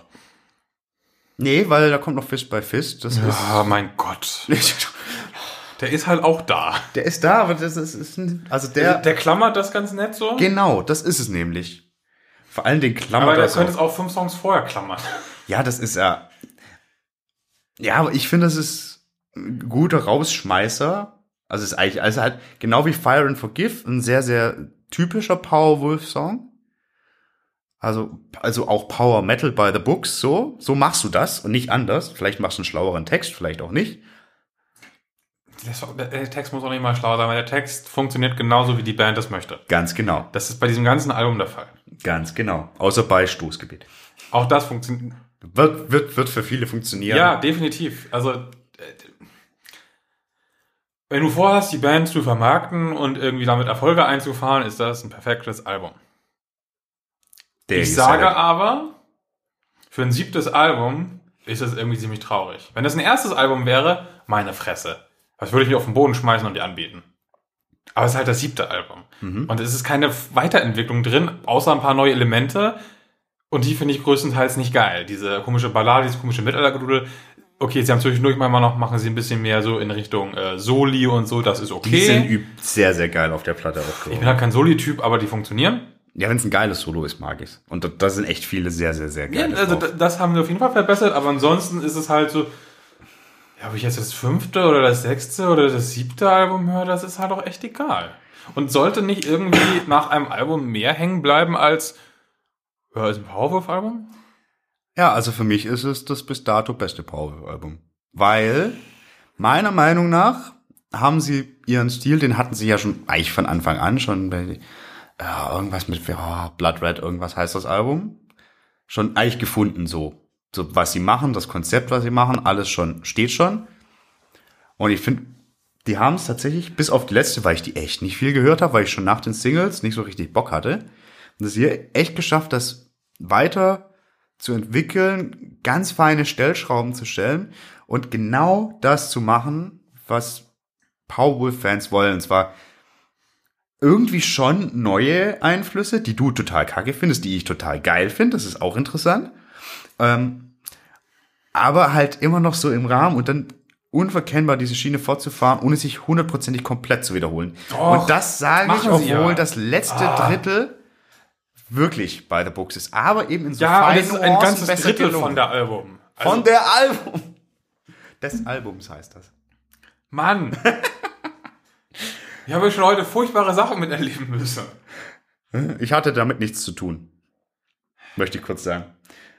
Nee, weil da kommt noch Fist by Fist. Das Mein Gott. ist... Der ist halt auch da. Der ist da, aber das ist also der klammert das ganz nett so. genau, das ist es nämlich. Vor allen Dingen klammert Aber der das könnte es auch. auch 5 Songs vorher klammern. Ja, das ist ja. Ja, aber ich finde, das ist ein guter Rausschmeißer. Also es ist eigentlich also halt genau wie Fire and Forgive ein sehr sehr typischer Powerwolf-Song. Also auch Power Metal by the Books, so machst du das und nicht anders. Vielleicht machst du einen schlaueren Text, vielleicht auch nicht. Der Text muss auch nicht mal schlau sein, weil der Text funktioniert genauso, wie die Band das möchte. Ganz genau. Das ist bei diesem ganzen Album der Fall. Ganz genau. Außer bei Stoßgebet. Auch das funktioniert. Wird für viele funktionieren. Ja, definitiv. Also, wenn du vorhast, die Band zu vermarkten und irgendwie damit Erfolge einzufahren, ist das ein perfektes Album. Ich sage aber, für ein 7. Album ist es irgendwie ziemlich traurig. Wenn das ein erstes Album wäre, meine Fresse. Das würde ich mir auf den Boden schmeißen und die anbieten. Aber es ist halt das 7. Album. Und es ist keine Weiterentwicklung drin, außer ein paar neue Elemente. Und die finde ich größtenteils nicht geil. Diese komische Ballade, dieses komische Mittelaltergedudel. Okay, sie haben zwischendurch mal noch, machen sie ein bisschen mehr so in Richtung Soli und so, das ist okay. Die sind sehr, sehr geil auf der Platte auch. Ich bin halt kein Soli-Typ, aber die funktionieren. Ja, wenn es ein geiles Solo ist, mag ich's. Und da sind echt viele sehr, sehr, sehr geil. Ja, also das haben wir auf jeden Fall verbessert, aber ansonsten ist es halt so, ja, ob ich jetzt das 5. oder das 6. oder das 7. Album höre, das ist halt auch echt egal. Und sollte nicht irgendwie nach einem Album mehr hängen bleiben als ist ein Powerwolf-Album? Ja, also für mich ist es das bis dato beste Powerwolf-Album. Weil, meiner Meinung nach, haben sie ihren Stil, den hatten sie ja schon eigentlich von Anfang an, schon bei irgendwas mit Blood Red, irgendwas heißt das Album, schon eigentlich gefunden so was sie machen, das Konzept, was sie machen, alles steht schon. Und ich finde, die haben es tatsächlich, bis auf die letzte, weil ich die echt nicht viel gehört habe, weil ich schon nach den Singles nicht so richtig Bock hatte, das hier echt geschafft, das weiter zu entwickeln, ganz feine Stellschrauben zu stellen und genau das zu machen, was Powerwolf-Fans wollen. Und zwar irgendwie schon neue Einflüsse, die du total kacke findest, die ich total geil finde, das ist auch interessant. Aber halt immer noch so im Rahmen und dann unverkennbar diese Schiene fortzufahren, ohne sich hundertprozentig komplett zu wiederholen. Doch, und das sage ich, obwohl das letzte Drittel wirklich bei The Books ist. Aber eben in so feinen das ist ein ganzes besser Drittel gelungen. von der Album. Von der Album. Des Albums heißt das. Mann. Ich habe schon heute furchtbare Sachen miterleben müssen. Ich hatte damit nichts zu tun. Möchte ich kurz sagen.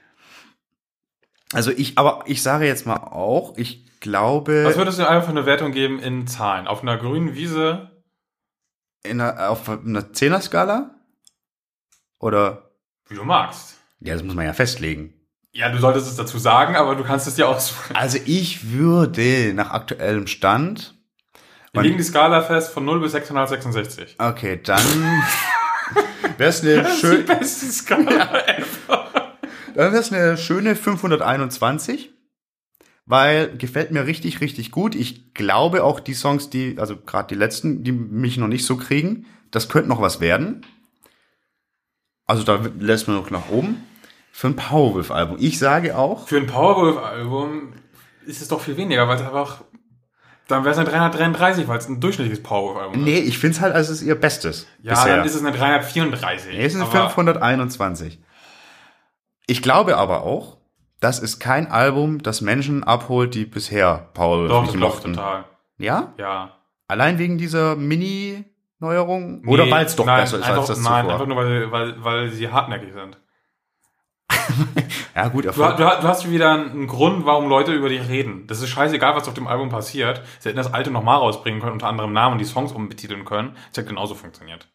Also ich sage jetzt mal auch, ich glaube... Was würdest du einfach eine Wertung geben in Zahlen? Auf einer grünen Wiese? Auf einer 10er-Skala? Oder? Wie du magst. Ja, das muss man ja festlegen. Ja, du solltest es dazu sagen, aber du kannst es dir aussuchen. Also ich würde nach aktuellem Stand... Wir legen die Skala fest von 0 bis 666. Okay, dann wäre es eine schöne... Die beste Skala ever. Dann wäre es eine schöne 521, weil gefällt mir richtig, richtig gut. Ich glaube auch die Songs, also gerade die letzten, die mich noch nicht so kriegen, das könnte noch was werden. Also da lässt man noch nach oben. Für ein Powerwolf-Album. Ich sage auch... Für ein Powerwolf-Album ist es doch viel weniger, weil es einfach... Dann wäre es eine 333, weil es ein durchschnittliches Powerwolf-Album ist. Nee, ich finde es halt, als es ihr Bestes. Ja, bisher. dann ist es eine 334. Nee, es ist eine 521. Ich glaube aber auch, das ist kein Album, das Menschen abholt, die bisher Powerwolf nicht mochten. Total. Ja? Ja. Allein wegen dieser Mini-Neuerung? Nee, oder weil es doch besser ist als das zuvor? Nein, einfach nur, weil sie hartnäckig sind. Ja, gut, du hast wieder einen Grund, warum Leute über dich reden. Das ist scheißegal, was auf dem Album passiert. Sie hätten das alte nochmal rausbringen können, unter anderem Namen und die Songs umbetiteln können. Das hätte genauso funktioniert.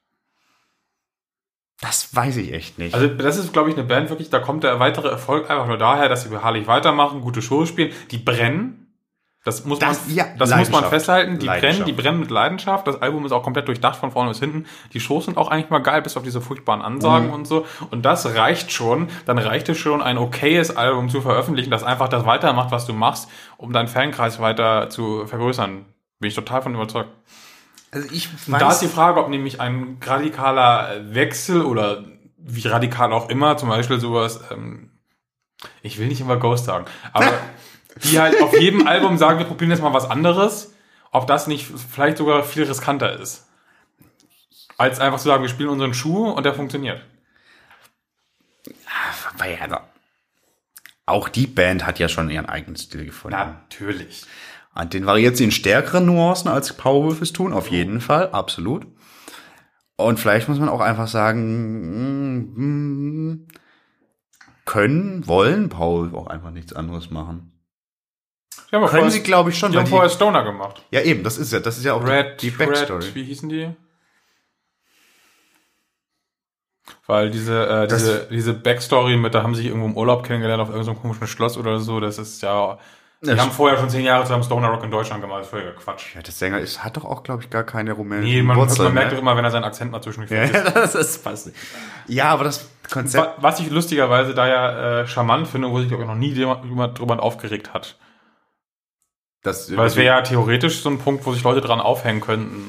Das weiß ich echt nicht. Also das ist, glaube ich, eine Band wirklich, da kommt der weitere Erfolg einfach nur daher, dass sie beharrlich weitermachen, gute Shows spielen. Die brennen. Das muss man festhalten. Die brennen mit Leidenschaft. Das Album ist auch komplett durchdacht von vorne bis hinten. Die Shows sind auch eigentlich mal geil, bis auf diese furchtbaren Ansagen und so. Und das reicht schon. Dann reicht es schon, ein okayes Album zu veröffentlichen, das einfach das weitermacht, was du machst, um deinen Fankreis weiter zu vergrößern. Bin ich total von überzeugt. Also da ist die Frage, ob nämlich ein radikaler Wechsel oder wie radikal auch immer, zum Beispiel sowas, ich will nicht immer Ghost sagen, aber die halt auf jedem Album sagen, wir probieren jetzt mal was anderes, ob das nicht vielleicht sogar viel riskanter ist. Als einfach zu sagen, wir spielen unseren Schuh und der funktioniert. Ja, auch die Band hat ja schon ihren eigenen Stil gefunden. Natürlich. Und den variiert sie in stärkeren Nuancen als Powerwolf es tun, auf jeden Fall, absolut. Und vielleicht muss man auch einfach sagen, wollen Powerwolf auch einfach nichts anderes machen. Können sie, glaube ich, schon. Die haben vorher Stoner gemacht. Ja, eben, das ist ja auch die Backstory. Wie hießen die? Weil diese Backstory mit, da haben sie sich irgendwo im Urlaub kennengelernt auf irgendeinem komischen Schloss oder so, das ist ja... Die haben vorher schon 10 Jahre zusammen Stoner Rock in Deutschland gemacht, das ist völliger Quatsch. Ja, der Sänger hat doch auch, glaube ich, gar keine rumänischen Nee, man Wurzeln. merkt doch immer, wenn er seinen Akzent mal zwischendurch vergisst. Ja, das passt. Ja, aber das Konzept... Was ich lustigerweise da ja charmant finde, wo sich, glaube ich, noch nie jemand drüber aufgeregt hat. Weil es wäre ja theoretisch so ein Punkt, wo sich Leute dran aufhängen könnten,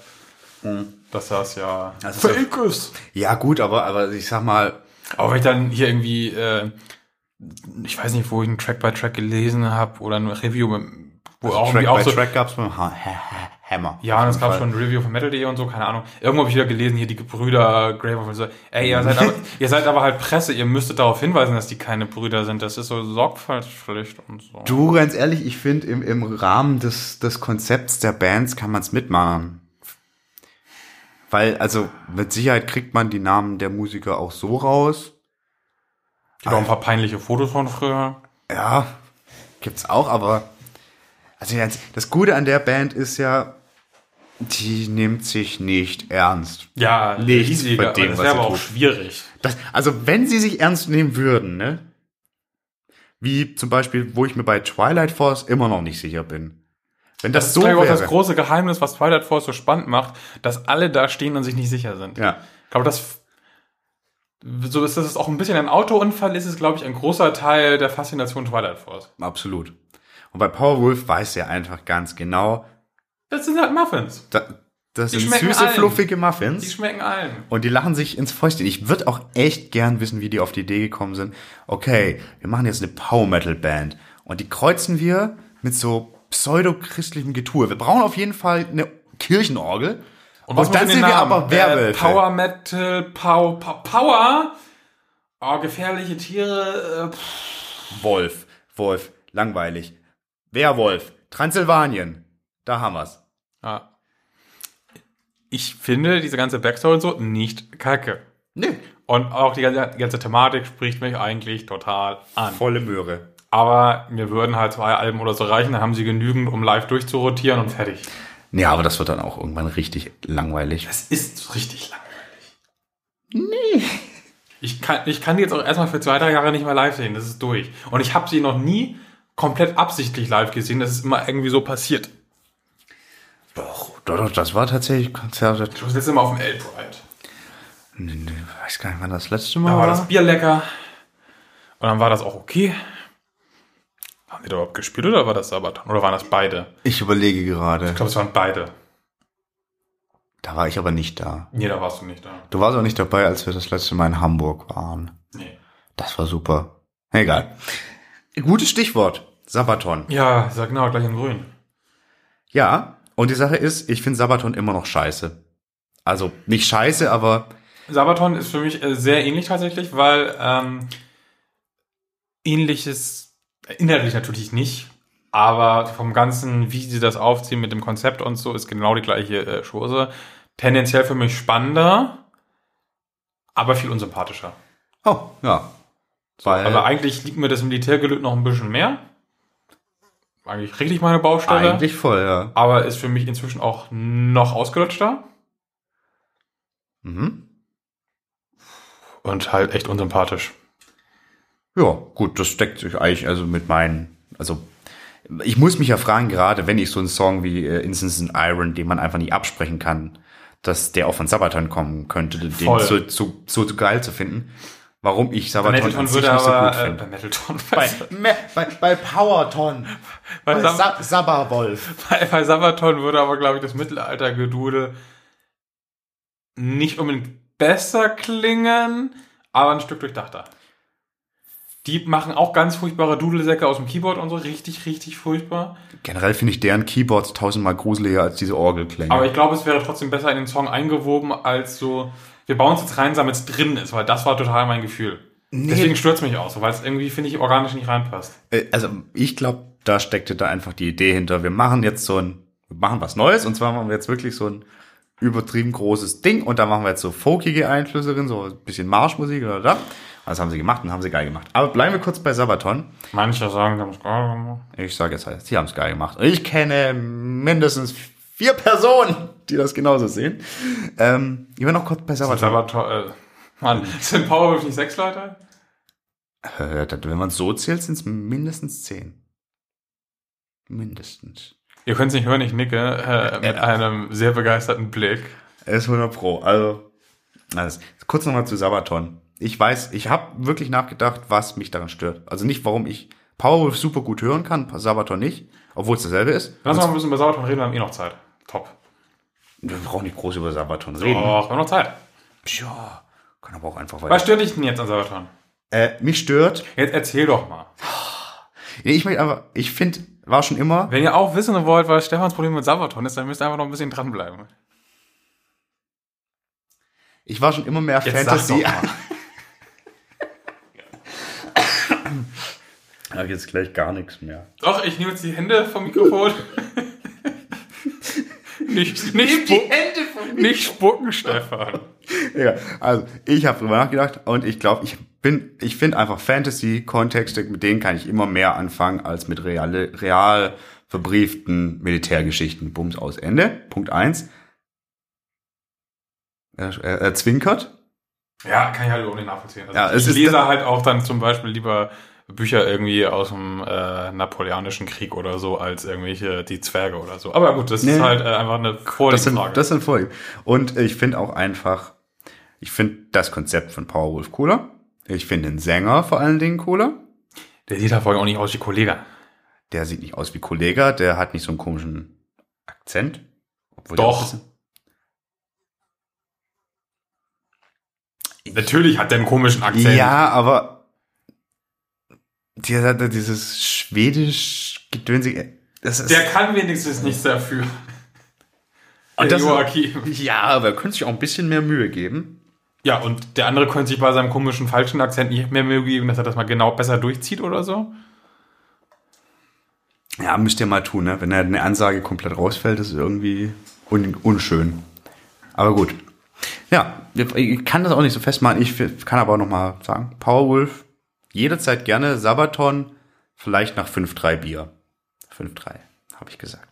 dass das ja fake ist. Ja, gut, aber ich sag mal... Aber wenn ich dann hier irgendwie... ich weiß nicht, wo ich einen Track by Track gelesen habe oder ein Review, wo also auch irgendwie auch so... Track gab's beim Hammer. Ja, und es gab schon ein Review von Metal.de und so, keine Ahnung. Irgendwo habe ich wieder gelesen, hier die Brüder Grave of so, ey, ihr seid aber halt Presse, ihr müsstet darauf hinweisen, dass die keine Brüder sind. Das ist so Sorgfaltspflicht und so. Du, ganz ehrlich, ich finde, im Rahmen des Konzepts der Bands kann man's mitmachen. Weil, also, mit Sicherheit kriegt man die Namen der Musiker auch so raus. Gibt auch ein paar peinliche Fotos von früher. Ja, gibt's auch, aber also jetzt, das Gute an der Band ist ja, die nimmt sich nicht ernst. Ja, nichts von dem, das wäre aber auch schwierig. Also wenn sie sich ernst nehmen würden, ne? Wie zum Beispiel, wo ich mir bei Twilight Force immer noch nicht sicher bin. Wenn das so wäre. Das große Geheimnis, was Twilight Force so spannend macht, dass alle da stehen und sich nicht sicher sind. Ja. Ich glaube, so ist das auch ein bisschen ein Autounfall, ist es, glaube ich, ein großer Teil der Faszination Twilight Force. Absolut. Und bei Powerwolf weiß er einfach ganz genau. Das sind halt Muffins. Das sind süße, fluffige Muffins. Die schmecken allen. Und die lachen sich ins Fäustchen. Ich würde auch echt gern wissen, wie die auf die Idee gekommen sind. Okay, wir machen jetzt eine Power-Metal-Band. Und die kreuzen wir mit so pseudo-christlichem Getue. Wir brauchen auf jeden Fall eine Kirchenorgel. Und dann sind wir aber Werwölfe. Power Metal, Power. Oh, gefährliche Tiere. Wolf, langweilig. Werwolf, Transsilvanien. Da haben wir's. Ja. Ich finde diese ganze Backstory und so nicht kacke. Nee. Und auch die ganze Thematik spricht mich eigentlich total an. Volle Möhre. Aber mir würden halt 2 Alben oder so reichen, dann haben sie genügend, um live durchzurotieren und fertig. Ja, aber das wird dann auch irgendwann richtig langweilig. Das ist richtig langweilig. Nee. Ich kann die jetzt auch erstmal für 2-3 Jahre nicht mehr live sehen. Das ist durch. Und ich habe sie noch nie komplett absichtlich live gesehen. Das ist immer irgendwie so passiert. Doch, das war tatsächlich Konzerte. Ich war das letzte Mal auf dem L-Pride. Nee, weiß gar nicht, wann das letzte Mal war. Da war das Bier lecker. Und dann war das auch okay. Haben die da überhaupt gespielt oder war das Sabaton? Oder waren das beide? Ich überlege gerade. Ich glaube, es waren beide. Da war ich aber nicht da. Nee, da warst du nicht da. Du warst auch nicht dabei, als wir das letzte Mal in Hamburg waren. Nee. Das war super. Egal. Gutes Stichwort. Sabaton. Ja, sag genau, gleich in grün. Ja, und die Sache ist, ich finde Sabaton immer noch scheiße. Also, nicht scheiße, aber... Sabaton ist für mich sehr ähnlich tatsächlich, weil ähnliches... Inhaltlich natürlich nicht, aber vom Ganzen, wie sie das aufziehen mit dem Konzept und so, ist genau die gleiche Chose. Tendenziell für mich spannender, aber viel unsympathischer. Oh, ja. So, aber eigentlich liegt mir das Militärgelüt noch ein bisschen mehr. Eigentlich richtig meine Baustelle. Eigentlich voll, ja. Aber ist für mich inzwischen auch noch ausgelutschter. Mhm. Und halt echt unsympathisch. Ja, gut, das deckt sich eigentlich also mit meinen, also ich muss mich ja fragen, gerade wenn ich so einen Song wie Incense and Iron, den man einfach nicht absprechen kann, dass der auch von Sabaton kommen könnte, den so geil zu finden, warum ich Sabaton an sich nicht so gut finde. Bei Metalton. Bei Powerton. Bei Sabberwolf. Bei Sabaton würde aber, glaube ich, das Mittelaltergedudel nicht unbedingt besser klingen, aber ein Stück durchdachter. Die machen auch ganz furchtbare Dudelsäcke aus dem Keyboard und so. Richtig, richtig furchtbar. Generell finde ich deren Keyboards 1000-mal gruseliger als diese Orgelklänge. Aber ich glaube, es wäre trotzdem besser in den Song eingewoben, als so, wir bauen es jetzt rein, damit es drin ist, weil das war total mein Gefühl. Nee. Deswegen stört es mich auch so, weil es irgendwie, finde ich, organisch nicht reinpasst. Also ich glaube, da steckte da einfach die Idee hinter. Wir machen jetzt wir machen was Neues, und zwar machen wir jetzt wirklich so ein übertrieben großes Ding, und da machen wir jetzt so folkige Einflüsse drin, so ein bisschen Marschmusik oder da. Das haben sie gemacht und haben sie geil gemacht. Aber bleiben wir kurz bei Sabaton. Manche sagen, sie haben es geil gemacht. Ich sage jetzt halt, sie haben es geil gemacht. Ich kenne mindestens 4 Personen, die das genauso sehen. Ich will noch kurz bei Sabaton. Mann, sind Powerwolf nicht 6 Leute? Wenn man es so zählt, sind es mindestens 10. Mindestens. Ihr könnt es nicht hören, ich nicke mit einem sehr begeisterten Blick. Er ist 100 Pro. Also kurz nochmal zu Sabaton. Ich weiß, ich habe wirklich nachgedacht, was mich daran stört. Also nicht, warum ich Powerwolf super gut hören kann, Sabaton nicht, obwohl es dasselbe ist. Lass uns mal ein bisschen über Sabaton reden, wir haben eh noch Zeit. Top. Wir brauchen nicht groß über Sabaton reden. Doch, wir haben noch Zeit. Tja, kann aber auch einfach weiter. Was stört dich denn jetzt an Sabaton? Mich stört. Jetzt erzähl doch mal. Ich finde, war schon immer. Wenn ihr auch wissen wollt, was Stefans Problem mit Sabaton ist, dann müsst ihr einfach noch ein bisschen dranbleiben. Ich war schon immer mehr Jetzt Fantasy. sag doch mal. Ich habe jetzt gleich gar nichts mehr. Doch, ich nehme jetzt die Hände vom Mikrofon. nicht spucken, Stefan. Ja, also ich habe drüber nachgedacht und ich glaube, ich finde einfach Fantasy-Kontexte, mit denen kann ich immer mehr anfangen als mit real verbrieften Militärgeschichten. Bums aus Ende. Punkt 1. Er zwinkert. Ja, kann ich halt auch nicht nachvollziehen. Also Ja, ich lese halt auch dann zum Beispiel lieber Bücher irgendwie aus dem Napoleonischen Krieg oder so, als irgendwelche die Zwerge oder so. Aber gut, das ist halt einfach eine Vorliebfrage. Das sind Vorlieben. Und ich finde auch einfach, ich finde das Konzept von Powerwolf cooler. Ich finde den Sänger vor allen Dingen cooler. Der sieht halt vorher auch nicht aus wie Kollege. Der sieht nicht aus wie Kollege, der hat nicht so einen komischen Akzent. Obwohl Doch. Natürlich hat der einen komischen Akzent. Ja, aber der hat dieses schwedisch-gedönsige. Der kann wenigstens nichts dafür. Und Der das, Joachim. ja, aber er könnte sich auch ein bisschen mehr Mühe geben. Ja, und der andere könnte sich bei seinem komischen falschen Akzent nicht mehr Mühe geben, dass er das mal genau besser durchzieht oder so. Ja, müsst ihr mal tun, ne? Wenn eine Ansage komplett rausfällt, ist es irgendwie unschön. Aber gut. Ja, ich kann das auch nicht so festmachen. Ich kann aber auch noch mal sagen, Powerwolf, jederzeit gerne. Sabaton, vielleicht nach 5-3 Bier. 5-3, habe ich gesagt.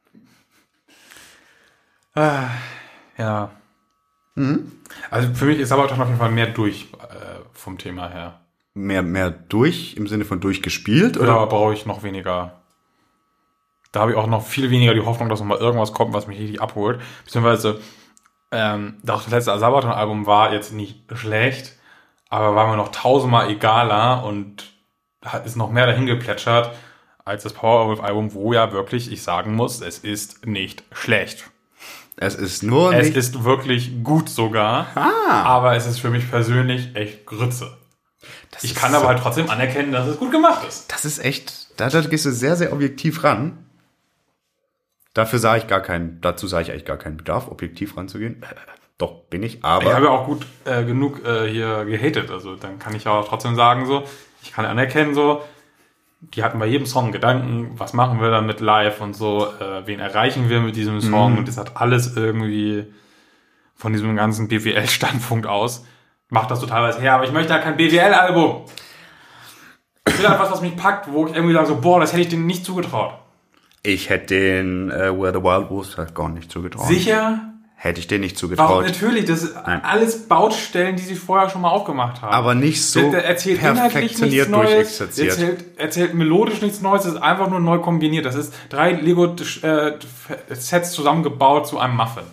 Ja. Also für mich ist Sabaton auf jeden Fall mehr durch vom Thema her. Mehr durch, im Sinne von durchgespielt? Oder Oder? brauche ich noch weniger? Da habe ich auch noch viel weniger die Hoffnung, dass noch mal irgendwas kommt, was mich richtig abholt. Beziehungsweise das letzte Sabaton-Album war jetzt nicht schlecht, aber war mir noch tausendmal egaler und ist noch mehr dahin geplätschert als das Powerwolf-Album, wo ja wirklich ich sagen muss, es ist nicht schlecht. Es ist nur Es nicht... ist wirklich gut sogar, aber es ist für mich persönlich echt Grütze. Ich kann aber halt trotzdem anerkennen, dass es gut gemacht ist. Das ist echt... Da gehst du sehr, sehr objektiv ran. Dazu sah ich eigentlich gar keinen Bedarf, objektiv ranzugehen. Doch, bin ich, aber... Ich habe ja auch gut genug hier gehatet, also dann kann ich ja auch trotzdem sagen, so, ich kann anerkennen, so, die hatten bei jedem Song Gedanken, was machen wir damit live und so, wen erreichen wir mit diesem Song und das hat alles irgendwie von diesem ganzen BWL-Standpunkt aus, macht das total was her, aber ich möchte halt kein BWL-Album. Ich will halt was mich packt, wo ich irgendwie sage, so, boah, das hätte ich denen nicht zugetraut. Ich hätte den Where the Wild Was halt gar nicht zugetraut. Sicher? Hätte ich den nicht zugetraut. Warum? Natürlich, das ist alles Baustellen, die sie vorher schon mal aufgemacht haben. Aber nicht so der erzählt inhaltlich nichts Neues, durchexerziert. erzählt melodisch nichts Neues, es ist einfach nur neu kombiniert. Das ist 3 Lego-Sets zusammengebaut zu einem Muffin.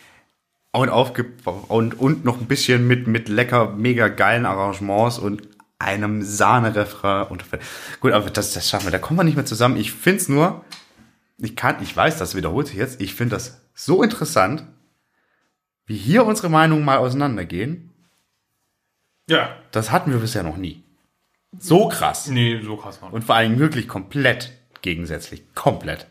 Und noch ein bisschen mit lecker, mega geilen Arrangements und einem Sahne-Refrain. Gut, aber das schaffen wir, da kommen wir nicht mehr zusammen. Ich find's nur, ich weiß, das wiederholt sich jetzt, ich finde das so interessant, wie hier unsere Meinungen mal auseinandergehen. Ja. Das hatten wir bisher noch nie. So krass. Nee, so krass war. Und vor allem wirklich komplett gegensätzlich. Komplett.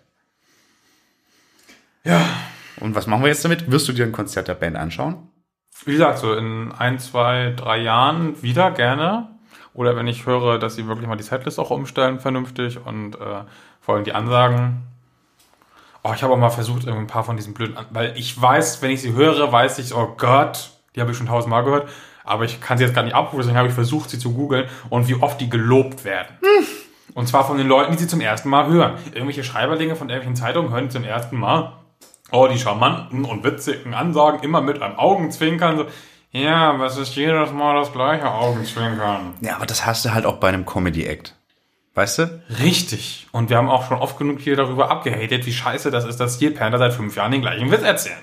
Ja. Und was machen wir jetzt damit? Wirst du dir ein Konzert der Band anschauen? Wie gesagt, so in 1, 2, 3 Jahren wieder gerne. Oder wenn ich höre, dass sie wirklich mal die Setlist auch umstellen, vernünftig und vor allem die Ansagen. Oh, ich habe auch mal versucht, ein paar von diesen blöden... Weil ich weiß, wenn ich sie höre, weiß ich, oh Gott, die habe ich schon 1000-mal gehört. Aber ich kann sie jetzt gar nicht abrufen, deswegen habe ich versucht, sie zu googeln. Und wie oft die gelobt werden. Und zwar von den Leuten, die sie zum ersten Mal hören. Irgendwelche Schreiberlinge von irgendwelchen Zeitungen hören zum ersten Mal. Oh, die charmanten und witzigen Ansagen, immer mit einem Augenzwinkern. So. Ja, aber es ist jedes Mal das gleiche Augenzwinkern. Ja, aber das hast du halt auch bei einem Comedy-Act. Weißt du? Richtig. Und wir haben auch schon oft genug hier darüber abgehatet, wie scheiße das ist, dass Steel Panther seit 5 Jahren den gleichen Witz erzählen.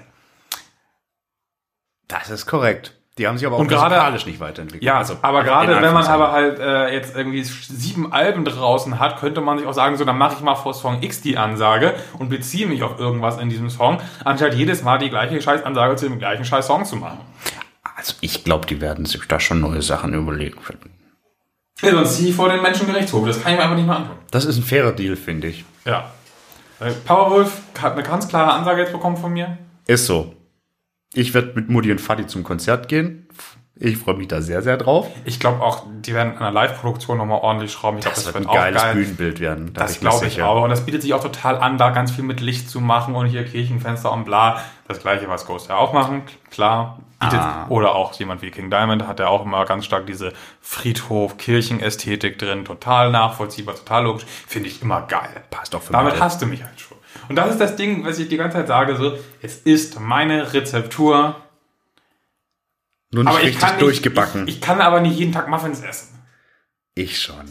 Das ist korrekt. Die haben sich aber auch Und gerade- musikalisch nicht weiterentwickelt. Ja, Also, aber in gerade wenn man Anführungszeichen. aber halt jetzt irgendwie 7 Alben draußen hat, könnte man sich auch sagen, so, dann mache ich mal vor Song X die Ansage und beziehe mich auf irgendwas in diesem Song, anstatt jedes Mal die gleiche Scheißansage zu dem gleichen Scheiß-Song zu machen. Also ich glaube, die werden sich da schon neue Sachen überlegen. Ja, sonst ziehe ich vor den Menschengerichtshof. Das kann ich mir einfach nicht mehr antun. Das ist ein fairer Deal, finde ich. Ja. Powerwolf hat eine ganz klare Ansage jetzt bekommen von mir. Ist so. Ich werde mit Mutti und Vati zum Konzert gehen. Ich freue mich da sehr, sehr drauf. Ich glaube auch, die werden an der Live-Produktion nochmal ordentlich schrauben. Ich glaube, Das wird ein auch geiles geil. Bühnenbild werden. Da bin Das mir glaube ich sicher. auch. Und das bietet sich auch total an, da ganz viel mit Licht zu machen und hier Kirchenfenster und bla. Das gleiche, was Ghost ja auch machen. Klar. Bietet, Oder auch jemand wie King Diamond hat ja auch immer ganz stark diese Friedhof-Kirchen-Ästhetik drin. Total nachvollziehbar, total logisch. Finde ich immer geil. Passt auch für Damit Mitte. hast du mich halt schon. Und das ist das Ding, was ich die ganze Zeit sage, so, es ist meine Rezeptur. Nur nicht Aber ich richtig kann nicht, durchgebacken. ich kann aber nicht jeden Tag Muffins essen. Ich schon.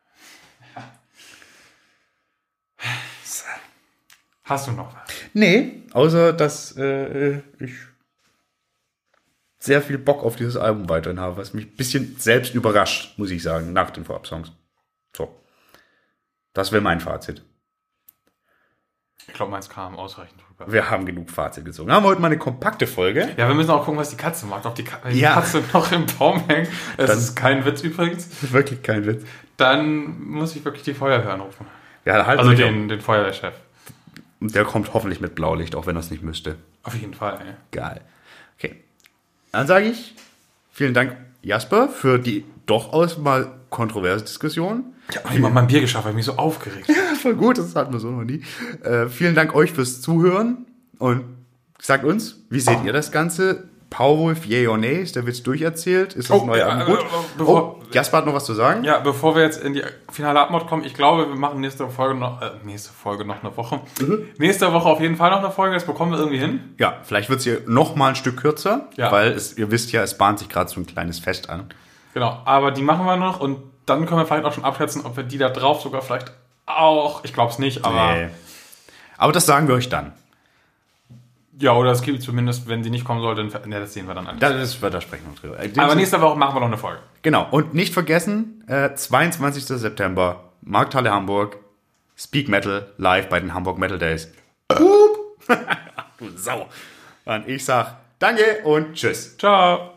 Hast du noch was? Nee, außer dass ich sehr viel Bock auf dieses Album weiterhin habe, was mich ein bisschen selbst überrascht, muss ich sagen, nach den Vorab-Songs. So. Das wäre mein Fazit. Ich glaube, meins kam ausreichend drüber. Wir haben genug Fazit gezogen. Haben wir heute mal eine kompakte Folge. Ja, wir müssen auch gucken, was die Katze macht. Ob wenn die Ja. Katze noch im Baum hängt, das Dann- ist kein Witz übrigens, Wirklich kein Witz. dann muss ich wirklich die Feuerwehr anrufen. Ja, halt Also mich den Feuerwehrchef. Und der kommt hoffentlich mit Blaulicht, auch wenn er es nicht müsste. Auf jeden Fall, ey. Geil. Okay. Dann sage ich, vielen Dank, Jasper, für die durchaus mal kontroverse Diskussion. Ich habe noch nicht mal mein Bier geschafft, weil ich mich so aufgeregt habe. Voll gut, das hatten wir so noch nie. Vielen Dank euch fürs Zuhören und sagt uns, wie seht ihr das Ganze? Powerwolf, yay or nay? Ist der Witz durcherzählt? Ist das neue Album gut? Jasper hat noch was zu sagen? Ja, bevor wir jetzt in die finale Abmod kommen, ich glaube, wir machen nächste Folge noch eine Woche. Nächste Woche auf jeden Fall noch eine Folge, das bekommen wir irgendwie hin. Ja, vielleicht wird es hier noch mal ein Stück kürzer, Ja. weil ihr wisst ja, es bahnt sich gerade so ein kleines Fest an. Genau, aber die machen wir noch und dann können wir vielleicht auch schon abschätzen, ob wir die da drauf sogar vielleicht auch, ich glaube es nicht, aber Nee. Aber das sagen wir euch dann. ja, oder es gibt zumindest, wenn sie nicht kommen sollte, das sehen wir dann an. Da sprechen wir noch drüber. Aber nächste Woche machen wir noch eine Folge. Genau, und nicht vergessen, 22. September, Markthalle Hamburg, Speak Metal live bei den Hamburg Metal Days. Du Sau. Und ich sag danke und tschüss. Ciao.